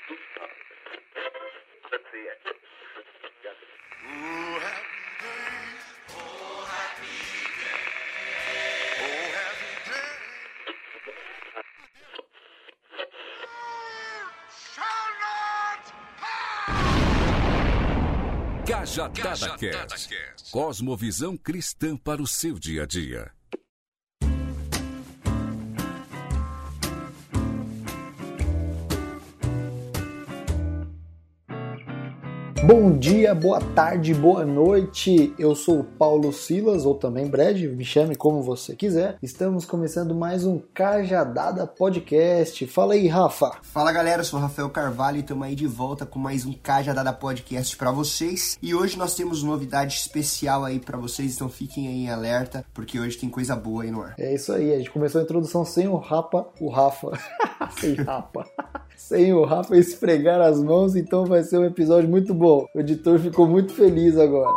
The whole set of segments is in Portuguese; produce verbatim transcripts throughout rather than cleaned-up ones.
Cajadada Cast, cosmovisão cristã para o seu dia a dia. Bom dia, boa tarde, boa noite, eu sou o Paulo Silas, ou também Brad, me chame como você quiser. Estamos começando mais um Cajadada Podcast. Fala aí, Rafa. Fala galera, eu sou o Rafael Carvalho e estamos aí de volta com mais um Cajadada Podcast para vocês. E hoje nós temos novidade especial aí para vocês, então fiquem aí em alerta, porque hoje tem coisa boa aí no ar. É isso aí, a gente começou a introdução sem o Rapa, o Rafa, sem Rapa. Sem o Rafa esfregar as mãos, então vai ser um episódio muito bom. O editor ficou muito feliz agora.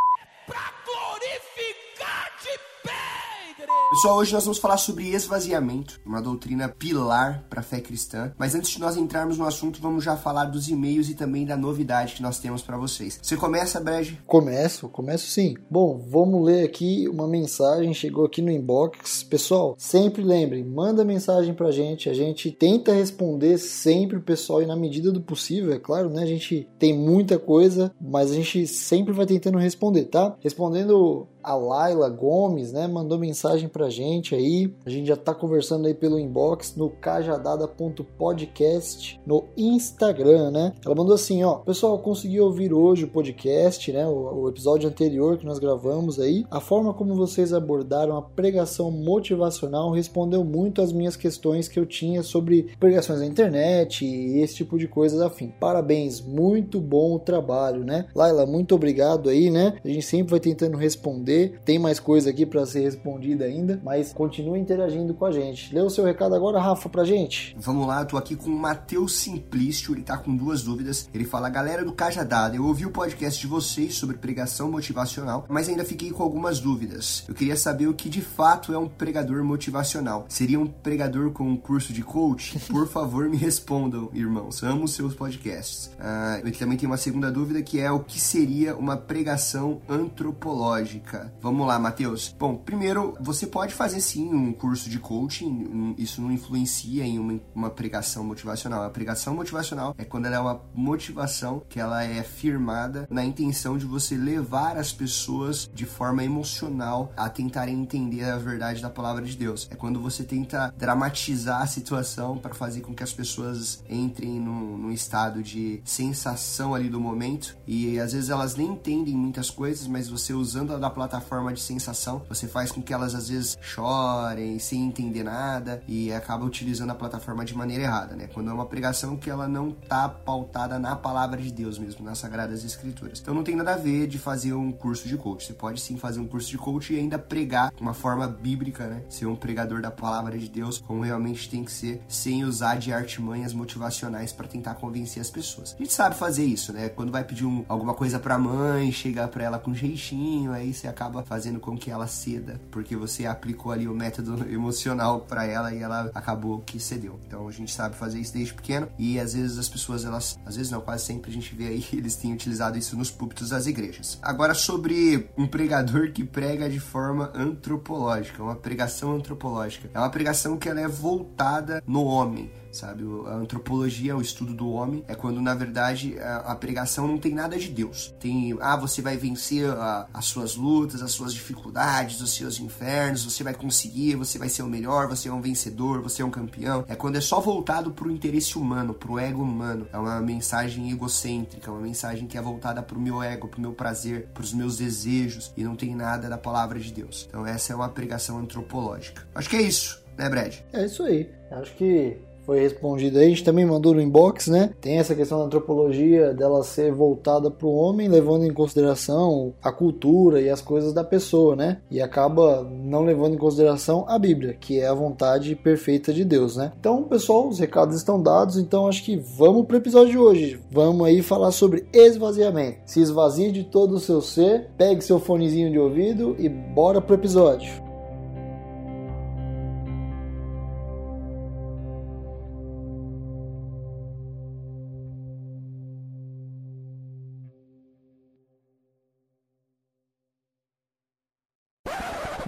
Pessoal, hoje nós vamos falar sobre esvaziamento, uma doutrina pilar para a fé cristã. Mas antes de nós entrarmos no assunto, vamos já falar dos e-mails e também da novidade que nós temos para vocês. Você começa, Brad? Começo, começo sim. Bom, vamos ler aqui uma mensagem, chegou aqui no inbox. Pessoal, sempre lembrem, manda mensagem pra gente, a gente tenta responder sempre o pessoal e na medida do possível, é claro, né? A gente tem muita coisa, mas a gente sempre vai tentando responder, tá? Respondendo a Laila Gomes, né, mandou mensagem pra gente aí, a gente já tá conversando aí pelo inbox no cajadada ponto podcast no Instagram, né, ela mandou assim, ó, pessoal, consegui ouvir hoje o podcast, né, o, o episódio anterior que nós gravamos aí, a forma como vocês abordaram a pregação motivacional respondeu muito às minhas questões que eu tinha sobre pregações na internet e esse tipo de coisas afim. Parabéns, muito bom o trabalho, né, Laila, muito obrigado aí, né, a gente sempre vai tentando responder. Tem mais coisa aqui para ser respondida ainda, mas continue interagindo com a gente. Lê o seu recado agora, Rafa, pra gente. Vamos lá, eu tô aqui com o Matheus Simplício, ele tá com duas dúvidas. Ele fala, galera do Cajadada, eu ouvi o podcast de vocês sobre pregação motivacional, mas ainda fiquei com algumas dúvidas. Eu queria saber o que de fato é um pregador motivacional. Seria um pregador com um curso de coach? Por favor, me respondam, irmãos. Amo seus podcasts. Ah, eu também tenho uma segunda dúvida, que é o que seria uma pregação antropológica? Vamos lá, Matheus. Bom, primeiro, você pode fazer sim um curso de coaching, isso não influencia em uma, uma pregação motivacional. A pregação motivacional é quando ela é uma motivação que ela é firmada na intenção de você levar as pessoas de forma emocional a tentarem entender a verdade da palavra de Deus. É quando você tenta dramatizar a situação para fazer com que as pessoas entrem num, num estado de sensação ali do momento, e às vezes elas nem entendem muitas coisas, mas você usando a da plataforma de sensação, você faz com que elas às vezes chorem sem entender nada e acaba utilizando a plataforma de maneira errada, né? Quando é uma pregação que ela não tá pautada na palavra de Deus mesmo, nas Sagradas Escrituras. Então não tem nada a ver de fazer um curso de coach. Você pode sim fazer um curso de coach e ainda pregar de uma forma bíblica, né? Ser um pregador da palavra de Deus como realmente tem que ser, sem usar de artimanhas motivacionais para tentar convencer as pessoas. A gente sabe fazer isso, né? Quando vai pedir um, alguma coisa pra mãe, chegar pra ela com jeitinho, aí você acaba fazendo com que ela ceda, porque você aplicou ali o método emocional para ela e ela acabou que cedeu. Então a gente sabe fazer isso desde pequeno e às vezes as pessoas, elas, às vezes não, quase sempre a gente vê aí, eles têm utilizado isso nos púlpitos das igrejas. Agora sobre um pregador que prega de forma antropológica, uma pregação antropológica. É uma pregação que ela é voltada no homem, sabe? A antropologia, o estudo do homem, é quando na verdade a, a pregação não tem nada de Deus. Tem, ah, você vai vencer a, as suas lutas, as suas dificuldades, os seus infernos, você vai conseguir, você vai ser o melhor, você é um vencedor, você é um campeão. É quando é só voltado pro interesse humano, pro ego humano. É uma mensagem egocêntrica, uma mensagem que é voltada pro meu ego, pro meu prazer, pros meus desejos, e não tem nada da palavra de Deus. Então essa é uma pregação antropológica. Acho que é isso, né, Brad? É isso aí. Acho que foi respondido aí, a gente também mandou no inbox, né? Tem essa questão da antropologia, dela ser voltada para o homem, levando em consideração a cultura e as coisas da pessoa, né? E acaba não levando em consideração a Bíblia, que é a vontade perfeita de Deus, né? Então, pessoal, os recados estão dados, então acho que vamos pro episódio de hoje. Vamos aí falar sobre esvaziamento. Se esvazie de todo o seu ser, pegue seu fonezinho de ouvido e bora pro episódio.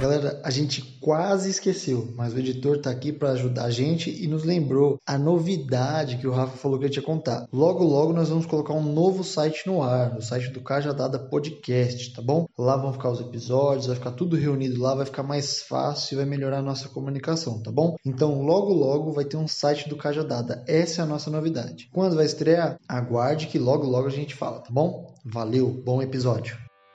Galera, a gente quase esqueceu, mas o editor tá aqui para ajudar a gente e nos lembrou a novidade que o Rafa falou que ia te contar. Logo, logo nós vamos colocar um novo site no ar, no site do Cajadada Podcast, tá bom? Lá vão ficar os episódios, vai ficar tudo reunido lá, vai ficar mais fácil e vai melhorar a nossa comunicação, tá bom? Então, logo, logo vai ter um site do Cajadada. Essa é a nossa novidade. Quando vai estrear? Aguarde que logo, logo a gente fala, tá bom? Valeu, bom episódio.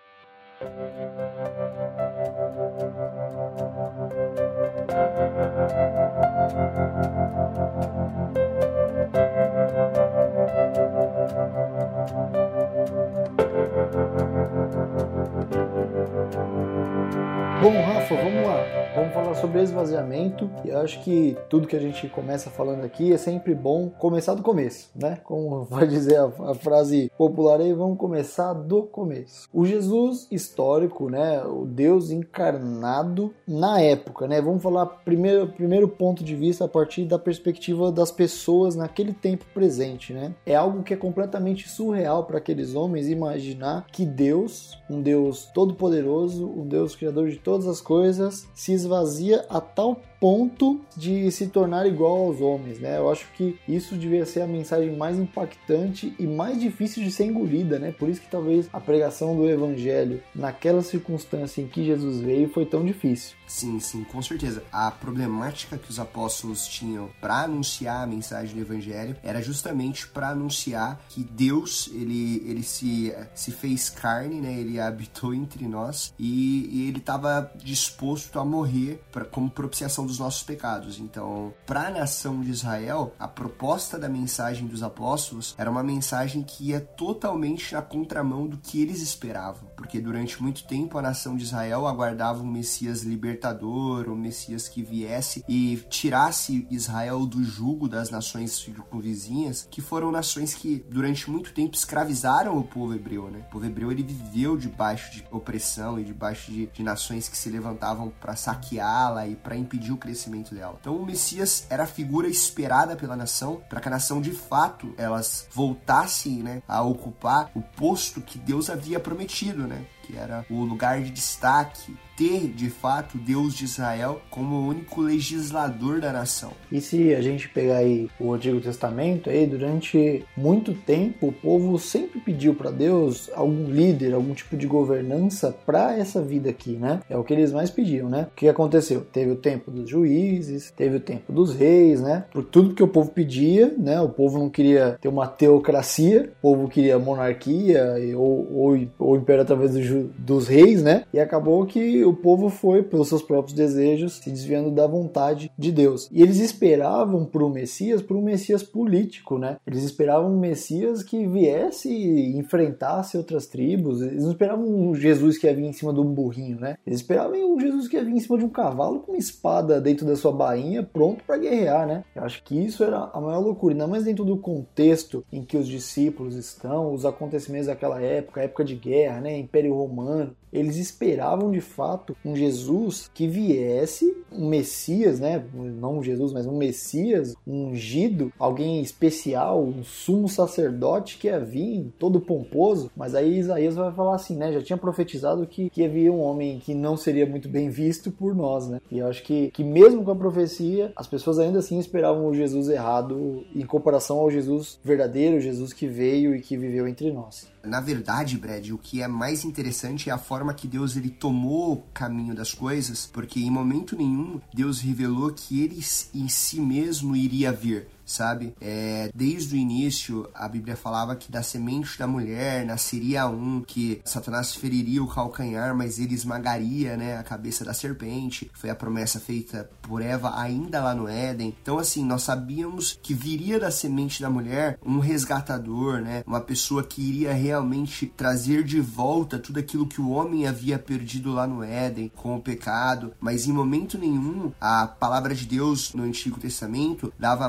Bom, Rafa, vamos lá. Vamos falar sobre esvaziamento. E eu acho que tudo que a gente começa falando aqui é sempre bom começar do começo, né? Como vai dizer a, a frase popular aí, vamos começar do começo. O Jesus histórico, né? O Deus encarnado na época, né? Vamos falar primeiro, primeiro ponto de vista a partir da perspectiva das pessoas naquele tempo presente, né? É algo que é completamente surreal para aqueles homens imaginar que Deus, um Deus todo-poderoso, um Deus criador de todas as coisas, se esvazia a tal ponto de se tornar igual aos homens, né? Eu acho que isso devia ser a mensagem mais impactante e mais difícil de ser engolida, né? Por isso que talvez a pregação do evangelho naquela circunstância em que Jesus veio foi tão difícil. Sim, sim, com certeza. A problemática que os apóstolos tinham para anunciar a mensagem do evangelho era justamente para anunciar que Deus, ele, ele se, se fez carne, né? Ele habitou entre nós e, e ele estava disposto a morrer pra, como propiciação dos nossos pecados. Então, para a nação de Israel, a proposta da mensagem dos apóstolos era uma mensagem que ia totalmente na contramão do que eles esperavam, porque durante muito tempo a nação de Israel aguardava um Messias libertador, um Messias que viesse e tirasse Israel do jugo das nações circunvizinhas, que foram nações que durante muito tempo escravizaram o povo hebreu, né? O povo hebreu, ele viveu debaixo de opressão e debaixo de, de nações que se levantavam para saqueá-la e para impedir o crescimento dela. Então o Messias era a figura esperada pela nação para que a nação de fato elas voltassem, né, a ocupar o posto que Deus havia prometido, né, que era o lugar de destaque, ter de fato Deus de Israel como o único legislador da nação. E se a gente pegar aí o Antigo Testamento, aí durante muito tempo o povo sempre pediu para Deus algum líder, algum tipo de governança para essa vida aqui, né? É o que eles mais pediam, né? O que aconteceu? Teve o tempo dos juízes, teve o tempo dos reis, né? Por tudo que o povo pedia, né? O povo não queria ter uma teocracia, o povo queria monarquia ou, ou, ou império através do, dos reis, né? E acabou que o povo foi, pelos seus próprios desejos, se desviando da vontade de Deus. E eles esperavam por um Messias, por um Messias político, né? Eles esperavam um Messias que viesse e enfrentasse outras tribos. Eles não esperavam um Jesus que ia vir em cima de um burrinho, né? Eles esperavam um Jesus que ia vir em cima de um cavalo com uma espada dentro da sua bainha, pronto para guerrear, né? Eu acho que isso era a maior loucura, ainda mais dentro do contexto em que os discípulos estão, os acontecimentos daquela época, época de guerra, né? Império Romano. Eles esperavam de fato um Jesus que viesse, um Messias, né? Não um Jesus, mas um Messias, um ungido, alguém especial, um sumo sacerdote que ia vir todo pomposo. Mas aí Isaías vai falar assim, né? Já tinha profetizado que, que havia um homem que não seria muito bem visto por nós, né? E eu acho que, que mesmo com a profecia, as pessoas ainda assim esperavam o Jesus errado em comparação ao Jesus verdadeiro, o Jesus que veio e que viveu entre nós. Na verdade, Brad, o que é mais interessante é a forma que Deus ele tomou o caminho das coisas, porque em momento nenhum Deus revelou que ele em si mesmo iria vir. Sabe? É, desde o início, a Bíblia falava que da semente da mulher nasceria um, que Satanás feriria o calcanhar, mas ele esmagaria, né, a cabeça da serpente. Foi a promessa feita por Eva ainda lá no Éden. Então, assim, nós sabíamos que viria da semente da mulher um resgatador, né, uma pessoa que iria realmente trazer de volta tudo aquilo que o homem havia perdido lá no Éden com o pecado. Mas em momento nenhum, a palavra de Deus no Antigo Testamento dava margem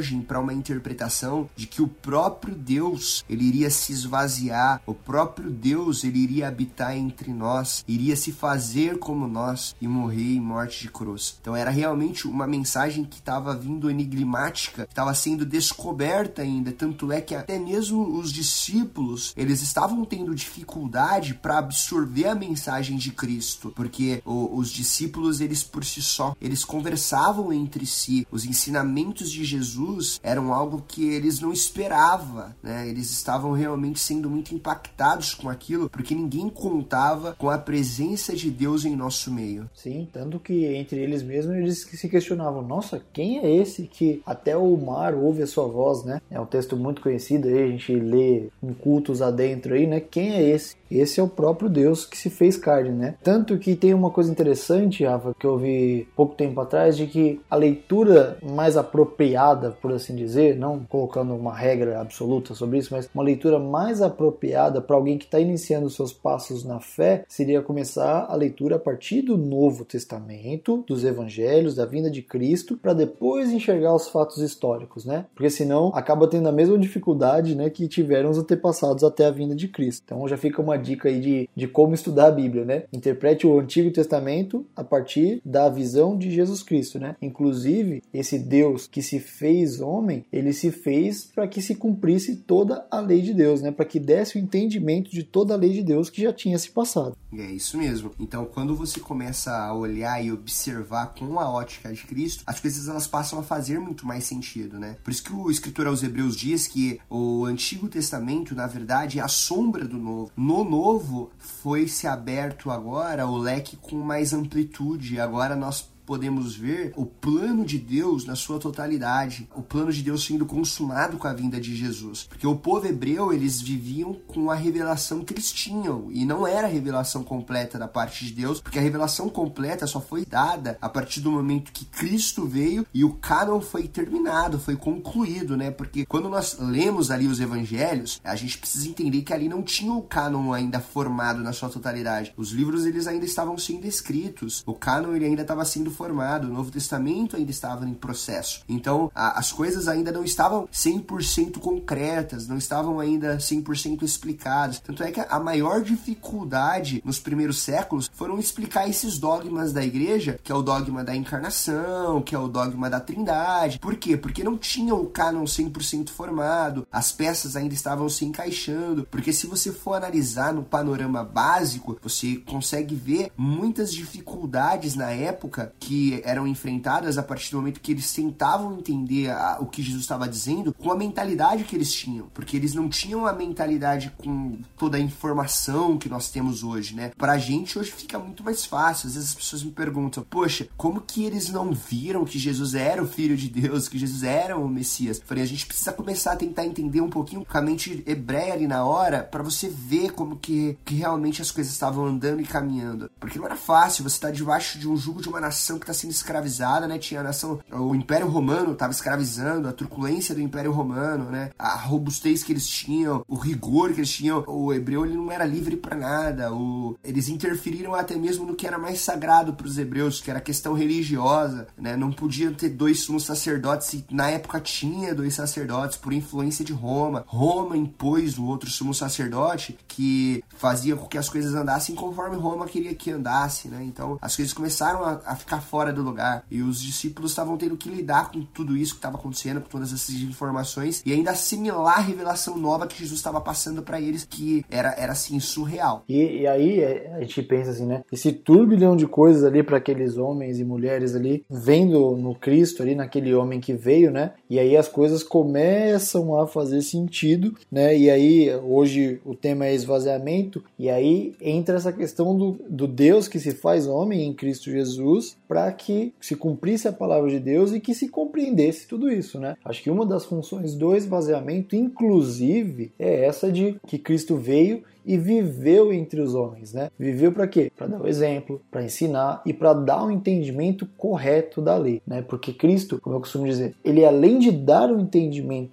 margem para uma interpretação de que o próprio Deus, ele iria se esvaziar, o próprio Deus, ele iria habitar entre nós, iria se fazer como nós e morrer em morte de cruz. Então era realmente uma mensagem que estava vindo enigmática, estava sendo descoberta ainda, tanto é que até mesmo os discípulos, eles estavam tendo dificuldade para absorver a mensagem de Cristo, porque o, os discípulos, eles por si só, eles conversavam entre si, os ensinamentos de Jesus eram algo que eles não esperavam, né? Eles estavam realmente sendo muito impactados com aquilo, porque ninguém contava com a presença de Deus em nosso meio. Sim, tanto que entre eles mesmos eles se questionavam, nossa, quem é esse que até o mar ouve a sua voz, né? É um texto muito conhecido aí, a gente lê em cultos adentro aí, né? Quem é esse? Esse é o próprio Deus que se fez carne, né? Tanto que tem uma coisa interessante, Rafa, que eu vi pouco tempo atrás, de que a leitura mais apropriada, por assim dizer, não colocando uma regra absoluta sobre isso, mas uma leitura mais apropriada para alguém que está iniciando seus passos na fé, seria começar a leitura a partir do Novo Testamento, dos Evangelhos, da vinda de Cristo, para depois enxergar os fatos históricos, né? Porque senão acaba tendo a mesma dificuldade, né, que tiveram os antepassados até a vinda de Cristo. Então já fica uma dica aí de, de como estudar a Bíblia, né? Interprete o Antigo Testamento a partir da visão de Jesus Cristo, né? Inclusive, esse Deus que se fez homem, ele se fez para que se cumprisse toda a lei de Deus, né? Para que desse o entendimento de toda a lei de Deus que já tinha se passado. É isso mesmo. Então, quando você começa a olhar e observar com a ótica de Cristo, as coisas elas passam a fazer muito mais sentido, né? Por isso que o escritor aos Hebreus diz que o Antigo Testamento, na verdade, é a sombra do Novo. No Novo, foi-se aberto agora o leque com mais amplitude. Agora nós podemos ver o plano de Deus na sua totalidade, o plano de Deus sendo consumado com a vinda de Jesus, porque o povo hebreu, eles viviam com a revelação que eles tinham, e não era a revelação completa da parte de Deus, porque a revelação completa só foi dada a partir do momento que Cristo veio e o cânon foi terminado, foi concluído, né? Porque quando nós lemos ali os evangelhos, a gente precisa entender que ali não tinha o cânon ainda formado na sua totalidade, os livros eles ainda estavam sendo escritos, o cânon ele ainda estava sendo formado, o Novo Testamento ainda estava em processo. Então, a, as coisas ainda não estavam cem por cento concretas, não estavam ainda cem por cento explicadas. Tanto é que a maior dificuldade nos primeiros séculos foram explicar esses dogmas da igreja, que é o dogma da encarnação, que é o dogma da trindade. Por quê? Porque não tinham o cânon cem por cento formado, as peças ainda estavam se encaixando, porque se você for analisar no panorama básico, você consegue ver muitas dificuldades na época que eram enfrentadas a partir do momento que eles tentavam entender a, o que Jesus estava dizendo com a mentalidade que eles tinham, porque eles não tinham a mentalidade com toda a informação que nós temos hoje, né? Pra gente hoje fica muito mais fácil. Às vezes as pessoas me perguntam, poxa, como que eles não viram que Jesus era o Filho de Deus, que Jesus era o Messias? Eu falei, a gente precisa começar a tentar entender um pouquinho com a mente hebreia ali na hora, pra você ver como que, que realmente as coisas estavam andando e caminhando. Porque não era fácil, você tá debaixo de um jugo de uma nação que está sendo escravizada, né? Tinha a nação, o Império Romano estava escravizando, a truculência do Império Romano, né? A robustez que eles tinham, o rigor que eles tinham. O hebreu ele não era livre para nada. O... Eles interferiram até mesmo no que era mais sagrado para os hebreus, que era a questão religiosa, né? Não podiam ter dois sumos sacerdotes, e na época tinha dois sacerdotes por influência de Roma. Roma impôs o outro sumo sacerdote que fazia com que as coisas andassem conforme Roma queria que andasse, né? Então as coisas começaram a, a ficar fora do lugar, e os discípulos estavam tendo que lidar com tudo isso que estava acontecendo, com todas essas informações, e ainda assimilar a revelação nova que Jesus estava passando para eles, que era, era assim, surreal. E, e aí a gente pensa assim, né, esse turbilhão de coisas ali para aqueles homens e mulheres ali, vendo no Cristo ali, naquele homem que veio, né, e aí as coisas começam a fazer sentido, né, e aí hoje o tema é esvaziamento, e aí entra essa questão do, do Deus que se faz homem em Cristo Jesus, para que se cumprisse a palavra de Deus e que se compreendesse tudo isso, né? Acho que uma das funções do esvaziamento, inclusive, é essa de que Cristo veio e viveu entre os homens, né? Viveu para quê? Para dar o exemplo, para ensinar e para dar um entendimento correto da lei, né? Porque Cristo, como eu costumo dizer, ele além de dar um entendimento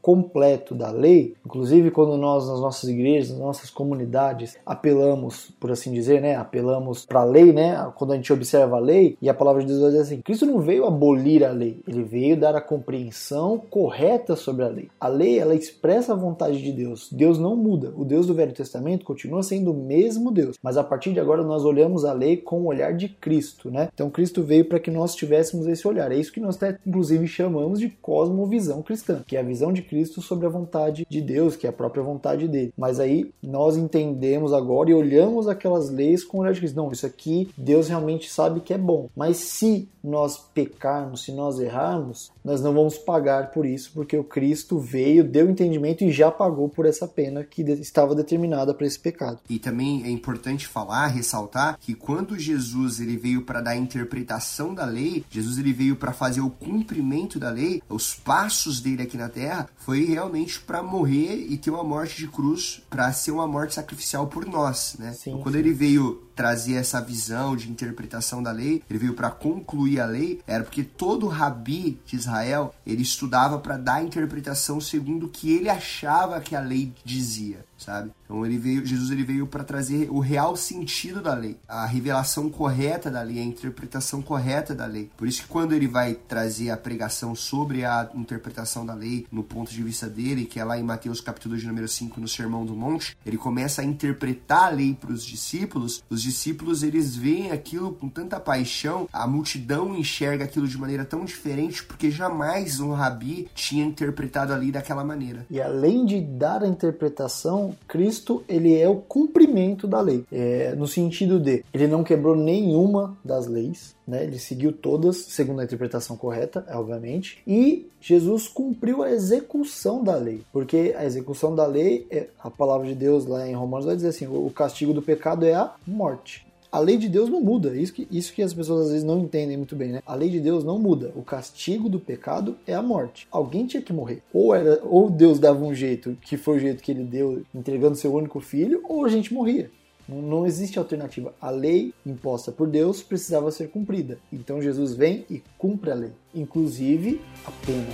completo da lei, inclusive quando nós nas nossas igrejas, nas nossas comunidades, apelamos, por assim dizer, né, apelamos para a lei, né, quando a gente observa a lei, e a palavra de Deus vai dizer assim, Cristo não veio abolir a lei, ele veio dar a compreensão correta sobre a lei. A lei, ela expressa a vontade de Deus, Deus não muda, o Deus do Velho Testamento continua sendo o mesmo Deus, mas a partir de agora nós olhamos a lei com o olhar de Cristo, né, então Cristo veio para que nós tivéssemos esse olhar, é isso que nós até, inclusive chamamos de cosmovisão cristã, que é a visão de Cristo sobre a vontade de Deus, que é a própria vontade dele. Mas aí nós entendemos agora e olhamos aquelas leis com o olhar de Cristo. Não, isso aqui Deus realmente sabe que é bom. Mas se nós pecarmos, se nós errarmos, nós não vamos pagar por isso, porque o Cristo veio, deu entendimento e já pagou por essa pena que estava determinada para esse pecado. E também é importante falar, ressaltar, que quando Jesus ele veio para dar a interpretação da lei, Jesus ele veio para fazer o cumprimento da lei, os passos dele aqui na terra, foi realmente para morrer e ter uma morte de cruz, para ser uma morte sacrificial por nós, né? Sim, então, quando sim. ele veio trazer essa visão de interpretação da lei, ele veio para concluir a lei, era porque todo rabi de Israel, ele estudava para dar a interpretação segundo o que ele achava que a lei dizia, sabe? Então ele veio, Jesus ele veio para trazer o real sentido da lei, a revelação correta da lei, a interpretação correta da lei. Por isso que quando ele vai trazer a pregação sobre a interpretação da lei, no ponto de vista dele, que é lá em Mateus capítulo de número cinco, no Sermão do Monte, ele começa a interpretar a lei para os discípulos. Os discípulos, eles veem aquilo com tanta paixão, a multidão enxerga aquilo de maneira tão diferente, porque jamais um rabi tinha interpretado a lei daquela maneira. E além de dar a interpretação, Cristo ele é o cumprimento da lei, é, no sentido de ele não quebrou nenhuma das leis, né? Ele seguiu todas segundo a interpretação correta, obviamente, e Jesus cumpriu a execução da lei, porque a execução da lei, é, a palavra de Deus lá em Romanos vai dizer assim, o castigo do pecado é a morte. A lei de Deus não muda, isso que, isso que as pessoas às vezes não entendem muito bem, né? A lei de Deus não muda, o castigo do pecado é a morte. Alguém tinha que morrer. Ou, era, ou Deus dava um jeito, que foi o jeito que ele deu, entregando seu único filho, ou a gente morria. Não, não existe alternativa. A lei imposta por Deus precisava ser cumprida. Então Jesus vem e cumpre a lei, inclusive a pena.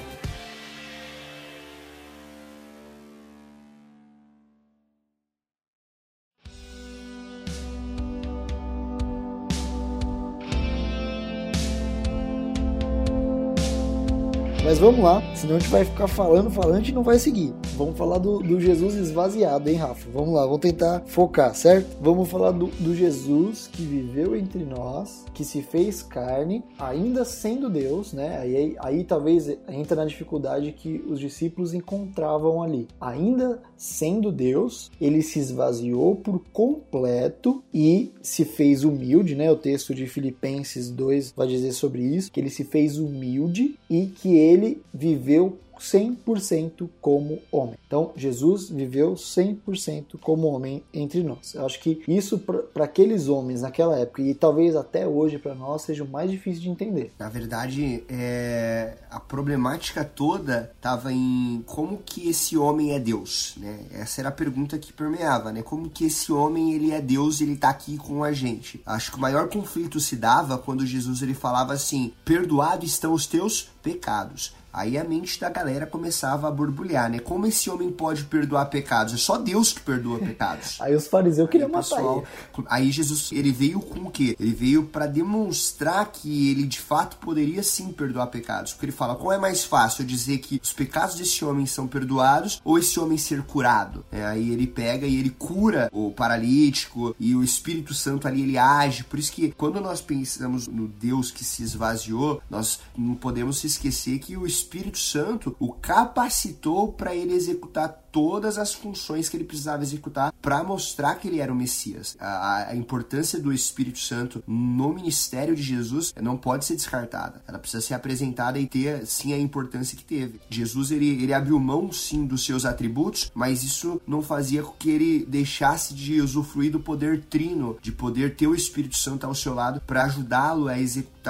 Mas vamos lá, senão a gente vai ficar falando, falando e não vai seguir. Vamos falar do, do Jesus esvaziado, hein, Rafa? Vamos lá, vamos tentar focar, certo? Vamos falar do, do Jesus que viveu entre nós, que se fez carne, ainda sendo Deus, né? Aí, aí, aí talvez entra na dificuldade que os discípulos encontravam ali. Ainda sendo Deus, ele se esvaziou por completo e se fez humilde, né? O texto de Filipenses dois vai dizer sobre isso, que ele se fez humilde e que ele Ele viveu cem por cento como homem. Então, Jesus viveu cem por cento como homem entre nós. Eu acho que isso, para aqueles homens naquela época, e talvez até hoje para nós, seja o mais difícil de entender. Na verdade, é... a problemática toda estava em como que esse homem é Deus, né? Essa era a pergunta que permeava, né? Como que esse homem ele é Deus e ele está aqui com a gente? Acho que o maior conflito se dava quando Jesus ele falava assim, perdoados estão os teus pecados. Aí a mente da galera começava a borbulhar, né? Como esse homem pode perdoar pecados? É só Deus que perdoa pecados. Aí os fariseus queriam matar pessoal, ele. Aí Jesus, ele veio com o quê? Ele veio para demonstrar que ele de fato poderia sim perdoar pecados. Porque ele fala, qual é mais fácil eu dizer que os pecados desse homem são perdoados ou esse homem ser curado? É, aí ele pega e ele cura o paralítico e o Espírito Santo ali, ele age. Por isso que quando nós pensamos no Deus que se esvaziou, nós não podemos se esquecer que o Espírito Espírito Santo o capacitou para ele executar todas as funções que ele precisava executar para mostrar que ele era o Messias. A, a importância do Espírito Santo no ministério de Jesus não pode ser descartada. Ela precisa ser apresentada e ter, sim, a importância que teve. Jesus, ele, ele abriu mão, sim, dos seus atributos, mas isso não fazia com que ele deixasse de usufruir do poder trino, de poder ter o Espírito Santo ao seu lado para ajudá-lo a executar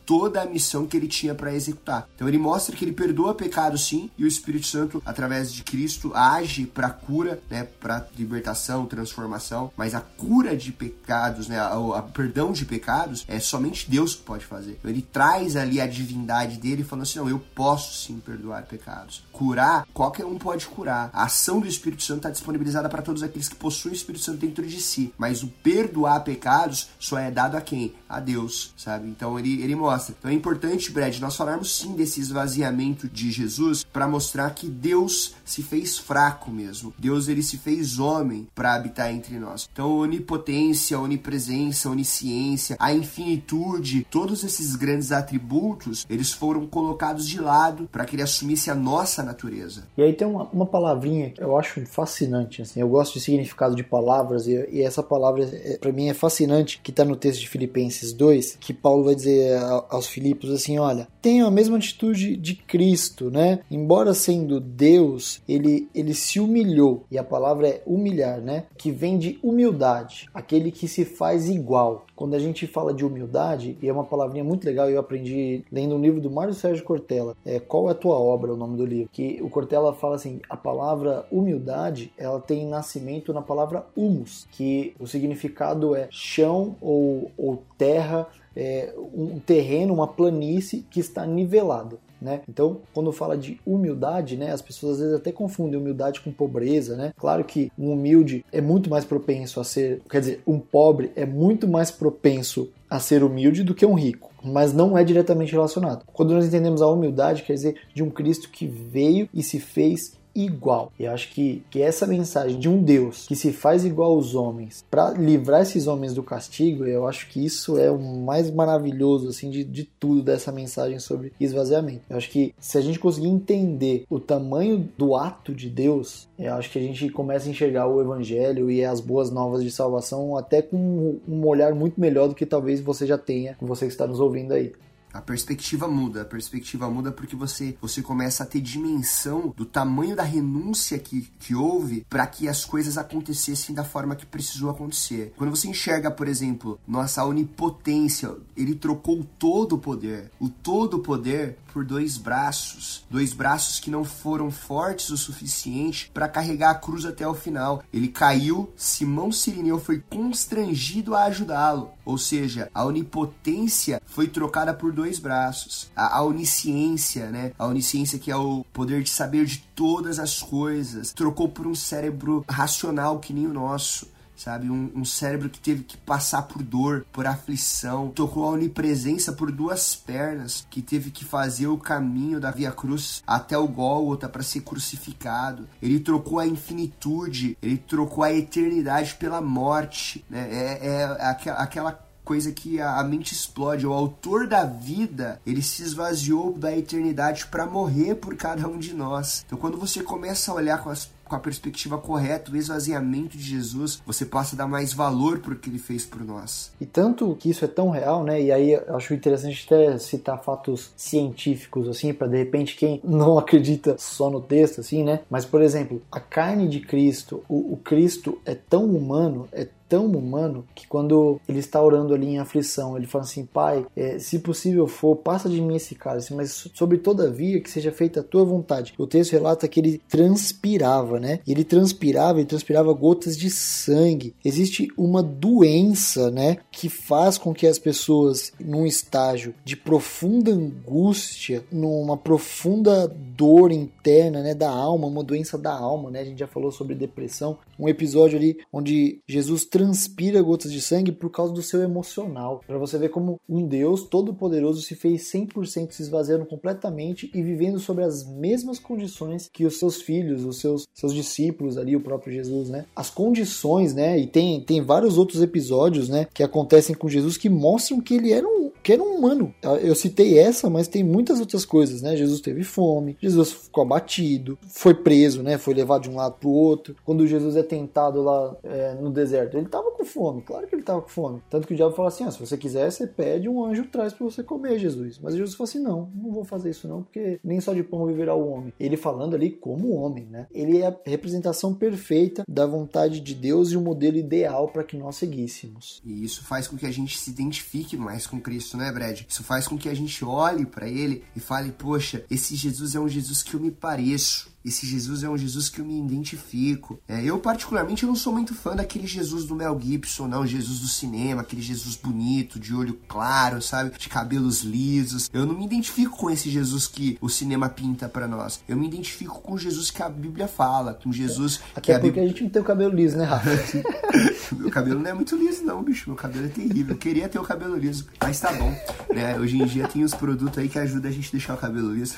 toda a missão que ele tinha para executar. Então ele mostra que ele perdoa pecado sim, e o Espírito Santo, através de Cristo, age para cura, né, para libertação, transformação, mas a cura de pecados, né, a, a perdão de pecados é somente Deus que pode fazer. Então ele traz ali a divindade dele falando assim, não, eu posso sim perdoar pecados. Curar, qualquer um pode curar. A ação do Espírito Santo está disponibilizada para todos aqueles que possuem o Espírito Santo dentro de si, mas o perdoar pecados só é dado a quem? A Deus, sabe? Então ele, ele mostra. Então é importante, Brad, nós falarmos sim desse esvaziamento de Jesus para mostrar que Deus se fez fraco mesmo. Deus, ele se fez homem para habitar entre nós. Então onipotência, onipresença, onisciência, a infinitude, todos esses grandes atributos, eles foram colocados de lado para que ele assumisse a nossa natureza. E aí tem uma, uma palavrinha que eu acho fascinante, assim, eu gosto de significado de palavras, e, e essa palavra é, para mim é fascinante, que está no texto de Filipenses dois, que Paulo vai dizer a, aos Filipos assim, olha, tenham a mesma atitude de Cristo, né? Embora sendo Deus, ele, ele se humilhou, e a palavra é humilhar, né? Que vem de humildade, aquele que se faz igual. Quando a gente fala de humildade, e é uma palavrinha muito legal, eu aprendi lendo um livro do Mário Sérgio Cortella, é, Qual é a Tua Obra, o nome do livro, que o Cortella fala assim, a palavra humildade, ela tem nascimento na palavra humus, que o significado é chão ou, ou terra, é, um terreno, uma planície que está nivelado. Né? Então, quando fala de humildade, né, as pessoas às vezes até confundem humildade com pobreza, né? Claro que um humilde é muito mais propenso a ser, quer dizer, um pobre é muito mais propenso a ser humilde do que um rico, mas não é diretamente relacionado. Quando nós entendemos a humildade, quer dizer de um Cristo que veio e se fez igual. Eu acho que, que essa mensagem de um Deus que se faz igual aos homens para livrar esses homens do castigo, eu acho que isso é o mais maravilhoso assim, de, de tudo dessa mensagem sobre esvaziamento. Eu acho que se a gente conseguir entender o tamanho do ato de Deus, eu acho que a gente começa a enxergar o Evangelho e as boas novas de salvação até com um olhar muito melhor do que talvez você já tenha, você que está nos ouvindo aí. A perspectiva muda, a perspectiva muda porque você, você começa a ter dimensão do tamanho da renúncia que, que houve para que as coisas acontecessem da forma que precisou acontecer. Quando você enxerga, por exemplo, nossa onipotência, ele trocou todo o poder, o todo o poder por dois braços, dois braços que não foram fortes o suficiente para carregar a cruz até o final. Ele caiu, Simão Cirineu foi constrangido a ajudá-lo, ou seja, a onipotência foi trocada por dois braços. A, a onisciência, né? A onisciência que é o poder de saber de todas as coisas, trocou por um cérebro racional que nem o nosso. Sabe, um, um cérebro que teve que passar por dor, por aflição, tocou a onipresença por duas pernas, que teve que fazer o caminho da Via Cruz até o Gólgota para ser crucificado. Ele trocou a infinitude, ele trocou a eternidade pela morte, né? É, é aquela, aquela coisa que a, a mente explode. O autor da vida, ele se esvaziou da eternidade para morrer por cada um de nós. Então, quando você começa a olhar com as com a perspectiva correta, o esvaziamento de Jesus, você passa a dar mais valor por que ele fez por nós. E tanto que isso é tão real, né? E aí eu acho interessante até citar fatos científicos, assim, para de repente quem não acredita só no texto, assim, né? Mas, por exemplo, a carne de Cristo, o, o Cristo é tão humano, é tão humano, que quando ele está orando ali em aflição, ele fala assim, Pai, é, se possível for, passa de mim esse cálice, mas sobre todavia que seja feita a tua vontade. O texto relata que ele transpirava, né? E ele transpirava, ele transpirava gotas de sangue. Existe uma doença, né, que faz com que as pessoas, num estágio de profunda angústia, numa profunda dor interna, né, da alma, uma doença da alma, né? A gente já falou sobre depressão, um episódio ali onde Jesus transpira gotas de sangue por causa do seu emocional. Para você ver como um Deus todo-poderoso se fez cem por cento se esvaziando completamente e vivendo sobre as mesmas condições que os seus filhos, os seus, seus discípulos ali, o próprio Jesus, né? As condições, né? E tem, tem vários outros episódios, né, que acontecem com Jesus que mostram que ele era um, que era um humano. Eu citei essa, mas tem muitas outras coisas, né? Jesus teve fome, Jesus ficou abatido, foi preso, né? Foi levado de um lado para o outro. Quando Jesus é tentado lá é, no deserto, ele estava com fome, claro que ele estava com fome. Tanto que o diabo fala assim, ah, se você quiser, você pede, um anjo traz para você comer, Jesus. Mas Jesus falou assim, não, não vou fazer isso não, porque nem só de pão viverá o homem. Ele falando ali como homem, né? Ele é a representação perfeita da vontade de Deus e o modelo ideal para que nós seguíssemos. E isso faz com que a gente se identifique mais com Cristo isso, né, Brad? Isso faz com que a gente olhe pra ele e fale, poxa, esse Jesus é um Jesus que eu me pareço. Esse Jesus é um Jesus que eu me identifico. É, eu, particularmente, eu não sou muito fã daquele Jesus do Mel Gibson, não. Jesus do cinema, aquele Jesus bonito, de olho claro, sabe? De cabelos lisos. Eu não me identifico com esse Jesus que o cinema pinta pra nós. Eu me identifico com o Jesus que a Bíblia fala, com Jesus... Até que a porque Bíblia... a gente não tem o cabelo liso, né, Rafa? Meu cabelo não é muito liso, não, bicho. Meu cabelo é terrível. Eu queria ter o cabelo liso, mas tá bom. Né? Hoje em dia tem os produtos aí que ajudam a gente a deixar o cabelo liso.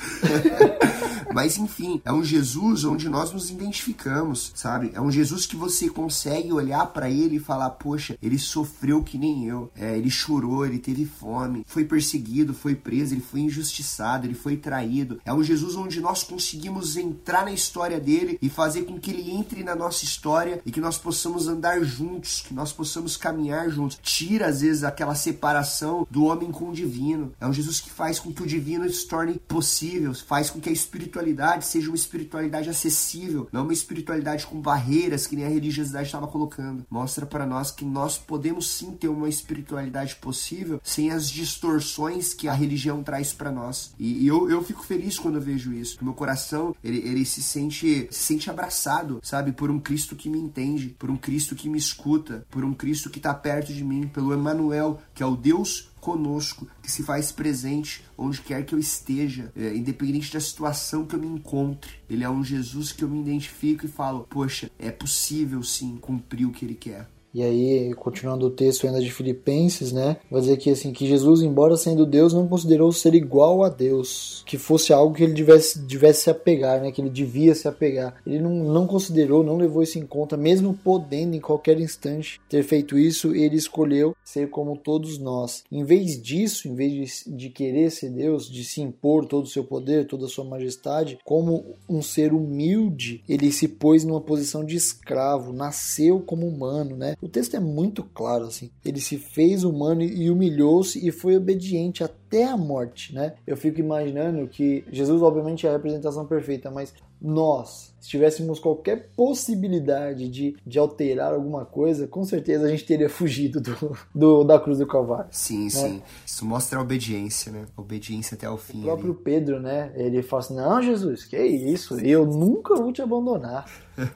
Mas, enfim, é um Jesus onde nós nos identificamos, sabe? É um Jesus que você consegue olhar pra ele e falar, poxa, ele sofreu que nem eu. É, ele chorou, ele teve fome, foi perseguido, foi preso, ele foi injustiçado, ele foi traído. É um Jesus onde nós conseguimos entrar na história dele e fazer com que ele entre na nossa história e que nós possamos andar juntos, que nós possamos caminhar juntos. Tira, às vezes, aquela separação do homem com o divino. É um Jesus que faz com que o divino se torne possível, faz com que a espiritualidade seja uma espiritualidade acessível, não uma espiritualidade com barreiras que nem a religiosidade estava colocando. Mostra para nós que nós podemos sim ter uma espiritualidade possível sem as distorções que a religião traz para nós. E, e eu, eu fico feliz quando eu vejo isso. Meu coração, ele, ele se sente se sente abraçado, sabe? Por um Cristo que me entende, por um Cristo que me escuta, por um Cristo que está perto de mim, pelo Emmanuel, que é o Deus conosco, que se faz presente onde quer que eu esteja, é, independente da situação que eu me encontre. Ele é um Jesus que eu me identifico e falo, poxa, é possível sim cumprir o que ele quer. E aí, continuando o texto ainda de Filipenses, né, vai dizer que, assim, que Jesus, embora sendo Deus, não considerou ser igual a Deus, que fosse algo que ele devesse, devesse se apegar, né, que ele devia se apegar. Ele não, não considerou, não levou isso em conta, mesmo podendo em qualquer instante ter feito isso, ele escolheu ser como todos nós. Em vez disso, em vez de, de querer ser Deus, de se impor todo o seu poder, toda a sua majestade, como um ser humilde, ele se pôs numa posição de escravo, nasceu como humano, né? O texto é muito claro, assim. Ele se fez humano e humilhou-se e foi obediente até a morte, né? Eu fico imaginando que Jesus, obviamente, é a representação perfeita, mas nós, se tivéssemos qualquer possibilidade de, de alterar alguma coisa, com certeza a gente teria fugido do, do, da cruz do Calvário. Sim, né? Sim. Isso mostra a obediência, né? A obediência até o fim. O próprio ali. Pedro, né? Ele fala assim, não, Jesus, que isso? Eu nunca vou te abandonar.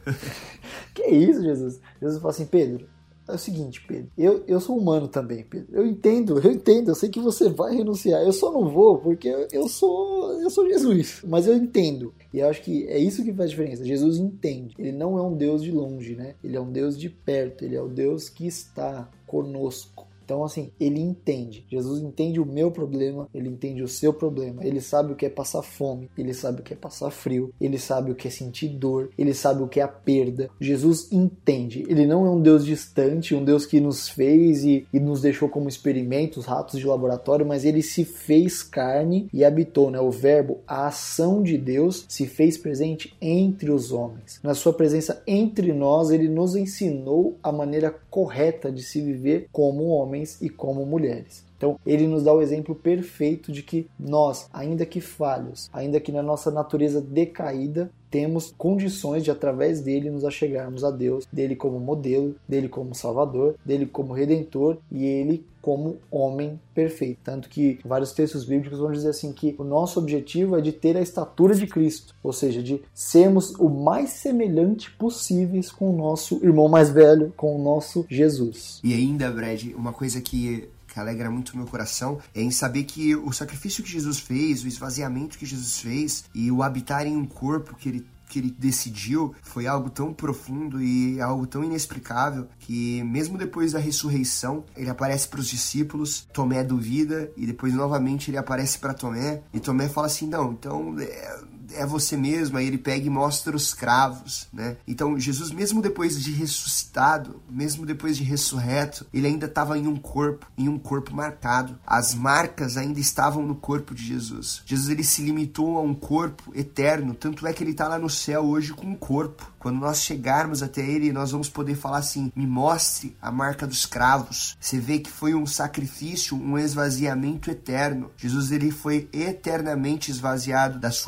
Que isso, Jesus? Jesus fala assim, Pedro, é o seguinte, Pedro, eu, eu sou humano também, Pedro. Eu entendo, eu entendo, eu sei que você vai renunciar. Eu só não vou porque eu sou, eu sou Jesus. Mas eu entendo. E eu acho que é isso que faz diferença. Jesus entende. Ele não é um Deus de longe, né? Ele é um Deus de perto. Ele é o Deus que está conosco. Então, assim, ele entende. Jesus entende o meu problema, ele entende o seu problema. Ele sabe o que é passar fome, ele sabe o que é passar frio, ele sabe o que é sentir dor, ele sabe o que é a perda. Jesus entende. Ele não é um Deus distante, um Deus que nos fez e, e nos deixou como experimentos, ratos de laboratório, mas ele se fez carne e habitou, né? O verbo, a ação de Deus, se fez presente entre os homens. Na sua presença entre nós, ele nos ensinou a maneira correta de se viver como homem e como mulheres. Então, ele nos dá o exemplo perfeito de que nós, ainda que falhos, ainda que na nossa natureza decaída, temos condições de, através dele, nos achegarmos a Deus, dele como modelo, dele como salvador, dele como redentor e ele como homem perfeito. Tanto que vários textos bíblicos vão dizer assim que o nosso objetivo é de ter a estatura de Cristo, ou seja, de sermos o mais semelhante possíveis com o nosso irmão mais velho, com o nosso Jesus. E ainda, Brad, uma coisa que que alegra muito o meu coração, é em saber que o sacrifício que Jesus fez, o esvaziamento que Jesus fez e o habitar em um corpo que ele que ele decidiu foi algo tão profundo e algo tão inexplicável que mesmo depois da ressurreição ele aparece para os discípulos, Tomé duvida e depois novamente ele aparece para Tomé e Tomé fala assim, não, então é, é você mesmo, aí ele pega e mostra os cravos, né? Então Jesus, mesmo depois de ressuscitado, mesmo depois de ressurreto, ele ainda estava em um corpo, em um corpo marcado. As marcas ainda estavam no corpo de Jesus. Jesus, ele se limitou a um corpo eterno, tanto é que ele está lá no céu hoje com um corpo. Quando nós chegarmos até ele, nós vamos poder falar assim, me mostre a marca dos cravos. Você vê que foi um sacrifício, um esvaziamento eterno. Jesus, ele foi eternamente esvaziado da sua onipotência,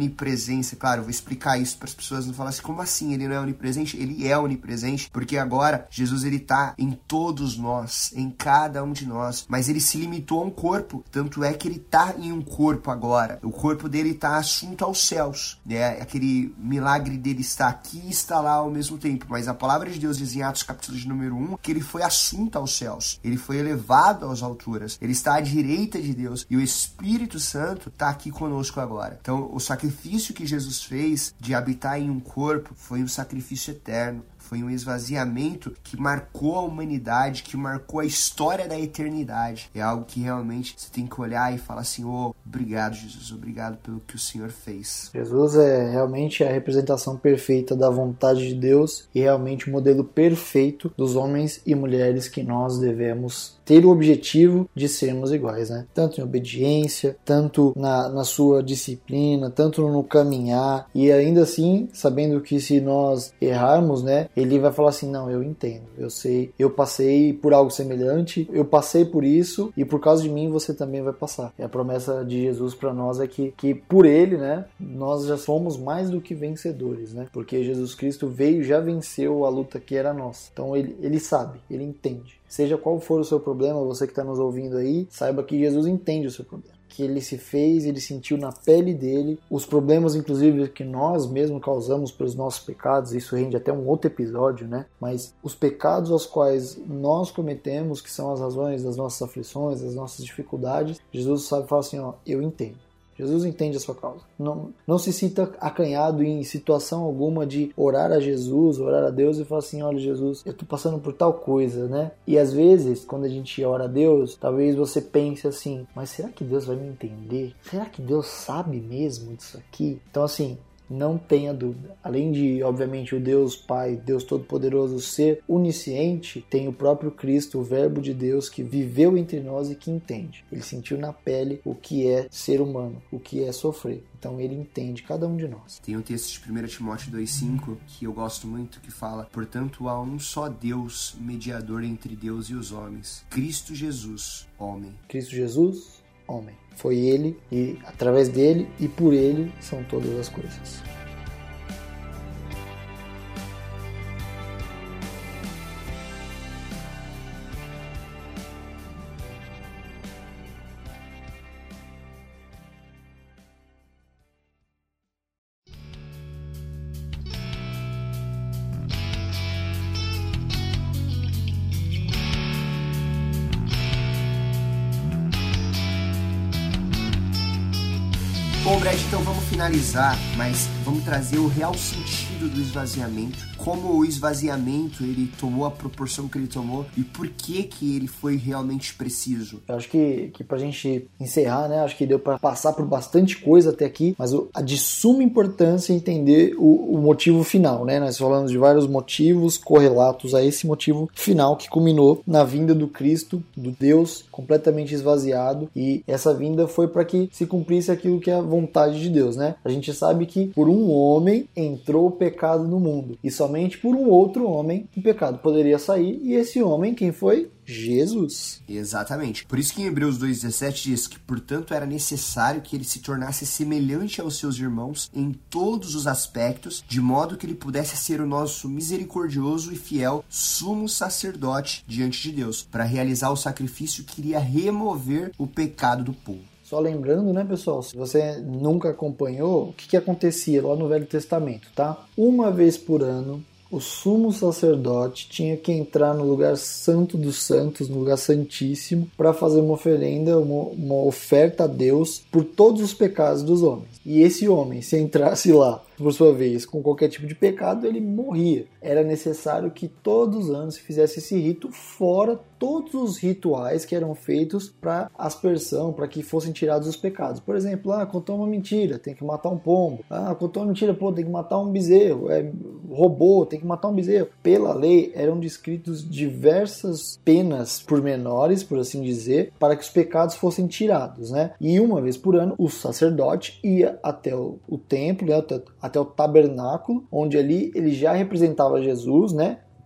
onipresença. Claro, eu vou explicar isso para as pessoas não falarem assim, como assim ele não é onipresente? Ele é onipresente, porque agora Jesus ele tá em todos nós, em cada um de nós, mas ele se limitou a um corpo, tanto é que ele tá em um corpo agora. O corpo dele tá assunto aos céus, né? Aquele milagre dele está aqui e está lá ao mesmo tempo, mas a palavra de Deus diz em Atos capítulo de número um que ele foi assunto aos céus, ele foi elevado às alturas, ele está à direita de Deus e o Espírito Santo está aqui conosco agora. Então o sacrifício que Jesus fez de habitar em um corpo foi um sacrifício eterno. Foi um esvaziamento que marcou a humanidade, que marcou a história da eternidade. É algo que realmente você tem que olhar e falar assim, oh, obrigado, Jesus, obrigado pelo que o Senhor fez. Jesus é realmente a representação perfeita da vontade de Deus e realmente o modelo perfeito dos homens e mulheres que nós devemos ter o objetivo de sermos iguais, né? Tanto em obediência, tanto na, na sua disciplina, tanto no caminhar, e ainda assim, sabendo que se nós errarmos, né, ele vai falar assim, não, eu entendo, eu sei, eu passei por algo semelhante, eu passei por isso, e por causa de mim você também vai passar. E a promessa de Jesus para nós é que, que por ele, né, nós já somos mais do que vencedores, né? Porque Jesus Cristo veio e já venceu a luta que era nossa. Então ele, ele sabe, ele entende. Seja qual for o seu problema, você que está nos ouvindo aí, saiba que Jesus entende o seu problema. Que ele se fez, ele sentiu na pele dele os problemas, inclusive, que nós mesmos causamos pelos nossos pecados. Isso rende até um outro episódio, né? Mas os pecados aos quais nós cometemos, que são as razões das nossas aflições, das nossas dificuldades, Jesus sabe falar assim, ó, eu entendo. Jesus entende a sua causa. Não, não se sinta acanhado em situação alguma de orar a Jesus, orar a Deus e falar assim, olha Jesus, eu estou passando por tal coisa, né? E às vezes, quando a gente ora a Deus, talvez você pense assim, mas será que Deus vai me entender? Será que Deus sabe mesmo disso aqui? Então assim, não tenha dúvida. Além de, obviamente, o Deus Pai, Deus Todo-Poderoso ser onisciente, tem o próprio Cristo, o Verbo de Deus, que viveu entre nós e que entende. Ele sentiu na pele o que é ser humano, o que é sofrer. Então ele entende cada um de nós. Tem um texto de primeiro Timóteo dois cinco que eu gosto muito, que fala, portanto há um só Deus, mediador entre Deus e os homens, Cristo Jesus, homem. Cristo Jesus, homem. Foi ele, e através dele e por ele são todas as coisas. Bom, Brad, então vamos finalizar, mas vamos trazer o real sentido do esvaziamento, como o esvaziamento ele tomou a proporção que ele tomou e por que que ele foi realmente preciso. Eu acho que, que pra gente encerrar, né, acho que deu pra passar por bastante coisa até aqui, mas o, a de suma importância é entender o, o motivo final, né? Nós falamos de vários motivos correlatos a esse motivo final que culminou na vinda do Cristo, do Deus completamente esvaziado, e essa vinda foi para que se cumprisse aquilo que é a vontade de Deus, né? A gente sabe que por um homem entrou o pecado no mundo, e somente por um outro homem o pecado poderia sair, e esse homem, quem foi? Jesus. Exatamente. Por isso que em Hebreus dois dezessete diz que, portanto, era necessário que ele se tornasse semelhante aos seus irmãos em todos os aspectos, de modo que ele pudesse ser o nosso misericordioso e fiel sumo sacerdote diante de Deus, para realizar o sacrifício que iria remover o pecado do povo. Só lembrando, né, pessoal, se você nunca acompanhou, o que, que acontecia lá no Velho Testamento, tá? Uma vez por ano, o sumo sacerdote tinha que entrar no lugar santo dos santos, no lugar santíssimo, para fazer uma oferenda, uma, uma oferta a Deus por todos os pecados dos homens. E esse homem, se entrasse lá, por sua vez, com qualquer tipo de pecado, ele morria. Era necessário que todos os anos se fizesse esse rito, fora todos os rituais que eram feitos para aspersão, para que fossem tirados os pecados. Por exemplo, ah, contou uma mentira, tem que matar um pombo. Ah, contou uma mentira, pô, tem que matar um bezerro. É, roubou, tem que matar um bezerro. Pela lei, eram descritos diversas penas pormenores, por assim dizer, para que os pecados fossem tirados, né? E uma vez por ano, o sacerdote ia até o, o templo, né, até, até o tabernáculo, onde ali ele já representava Jesus, né?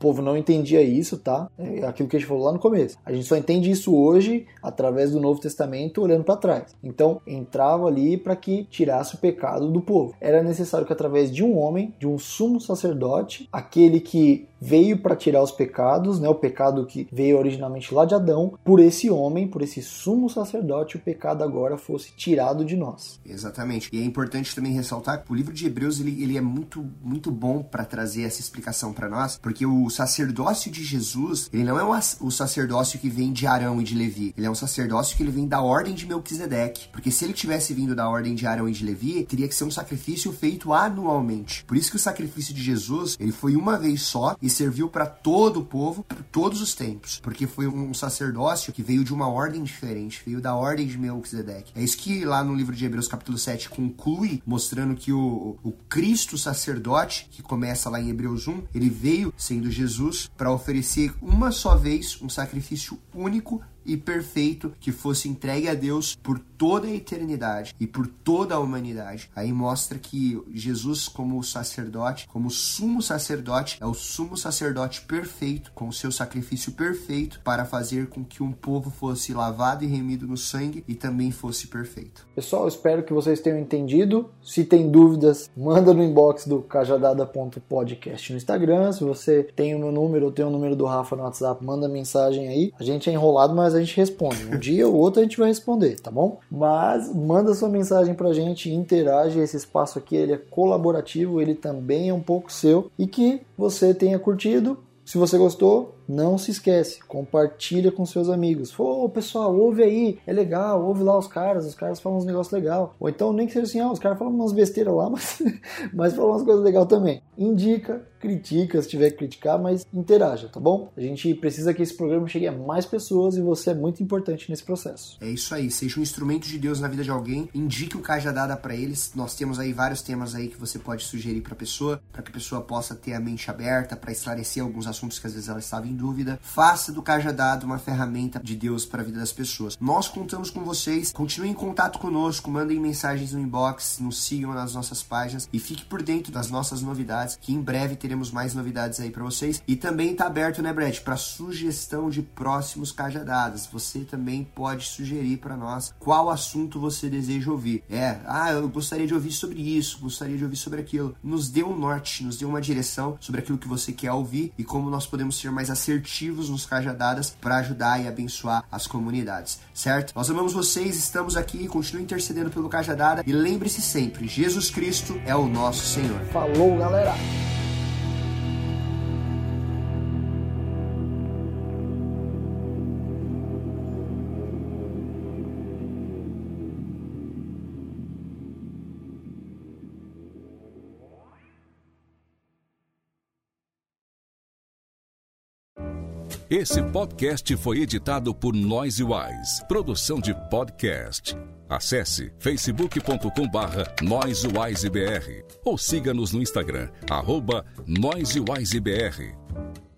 povo não entendia isso, tá? É aquilo que a gente falou lá no começo. A gente só entende isso hoje através do Novo Testamento, olhando para trás. Então, entrava ali para que tirasse o pecado do povo. Era necessário que através de um homem, de um sumo sacerdote, aquele que veio para tirar os pecados, né, o pecado que veio originalmente lá de Adão, por esse homem, por esse sumo sacerdote, o pecado agora fosse tirado de nós. Exatamente. E é importante também ressaltar que o livro de Hebreus ele, ele é muito, muito bom para trazer essa explicação para nós, porque o sacerdócio de Jesus, ele não é o sacerdócio que vem de Arão e de Levi, ele é um sacerdócio que ele vem da ordem de Melquisedeque, porque se ele tivesse vindo da ordem de Arão e de Levi, teria que ser um sacrifício feito anualmente. Por isso que o sacrifício de Jesus, ele foi uma vez só e serviu para todo o povo, por todos os tempos, porque foi um sacerdócio que veio de uma ordem diferente, veio da ordem de Melquisedeque. É isso que lá no livro de Hebreus capítulo sete conclui, mostrando que o, o Cristo sacerdote, que começa lá em Hebreus um, ele veio sendo Jesus para oferecer uma só vez um sacrifício único e perfeito que fosse entregue a Deus por toda a eternidade e por toda a humanidade. Aí mostra que Jesus, como sacerdote, como sumo sacerdote, é o sumo sacerdote perfeito, com o seu sacrifício perfeito para fazer com que um povo fosse lavado e remido no sangue e também fosse perfeito. Pessoal, espero que vocês tenham entendido. Se tem dúvidas, manda no inbox do cajadada ponto podcast no Instagram. Se você tem o meu número ou tem o número do Rafa no WhatsApp, manda mensagem aí. A gente é enrolado, mas a gente responde. Um dia ou outro a gente vai responder, tá bom? Mas manda sua mensagem pra gente, interage. Esse espaço aqui ele é colaborativo, ele também é um pouco seu. E que você tenha curtido. Se você gostou, não se esquece, compartilha com seus amigos. Ô, pessoal, ouve aí, é legal, ouve lá os caras, os caras falam uns negócios legais. Ou então nem que seja assim, ah, os caras falam umas besteiras lá, mas, mas falam umas coisas legais também. Indica, critica se tiver que criticar, mas interaja, tá bom? A gente precisa que esse programa chegue a mais pessoas e você é muito importante nesse processo. É isso aí, seja um instrumento de Deus na vida de alguém, indique o Cajadada para eles. Nós temos aí vários temas aí que você pode sugerir para a pessoa, para que a pessoa possa ter a mente aberta, para esclarecer alguns assuntos que às vezes ela estava em dúvida. Faça do Cajadada uma ferramenta de Deus para a vida das pessoas. Nós contamos com vocês, continuem em contato conosco, mandem mensagens no inbox, nos sigam nas nossas páginas e fique por dentro das nossas novidades, que em breve teremos mais novidades aí para vocês. E também está aberto, né, Brett, para sugestão de próximos Cajadadas. Você também pode sugerir para nós qual assunto você deseja ouvir. É, ah, eu gostaria de ouvir sobre isso, gostaria de ouvir sobre aquilo. Nos dê um norte, nos dê uma direção sobre aquilo que você quer ouvir e como nós podemos ser mais assertivos nos Cajadadas para ajudar e abençoar as comunidades, certo? Nós amamos vocês, estamos aqui, continue intercedendo pelo Cajadada e lembre-se sempre, Jesus Cristo é o nosso Senhor. Falou, galera! Esse podcast foi editado por NoiseWise, produção de podcast. Acesse facebook ponto com barra noisewisebr ou siga-nos no Instagram, arroba noisewisebr.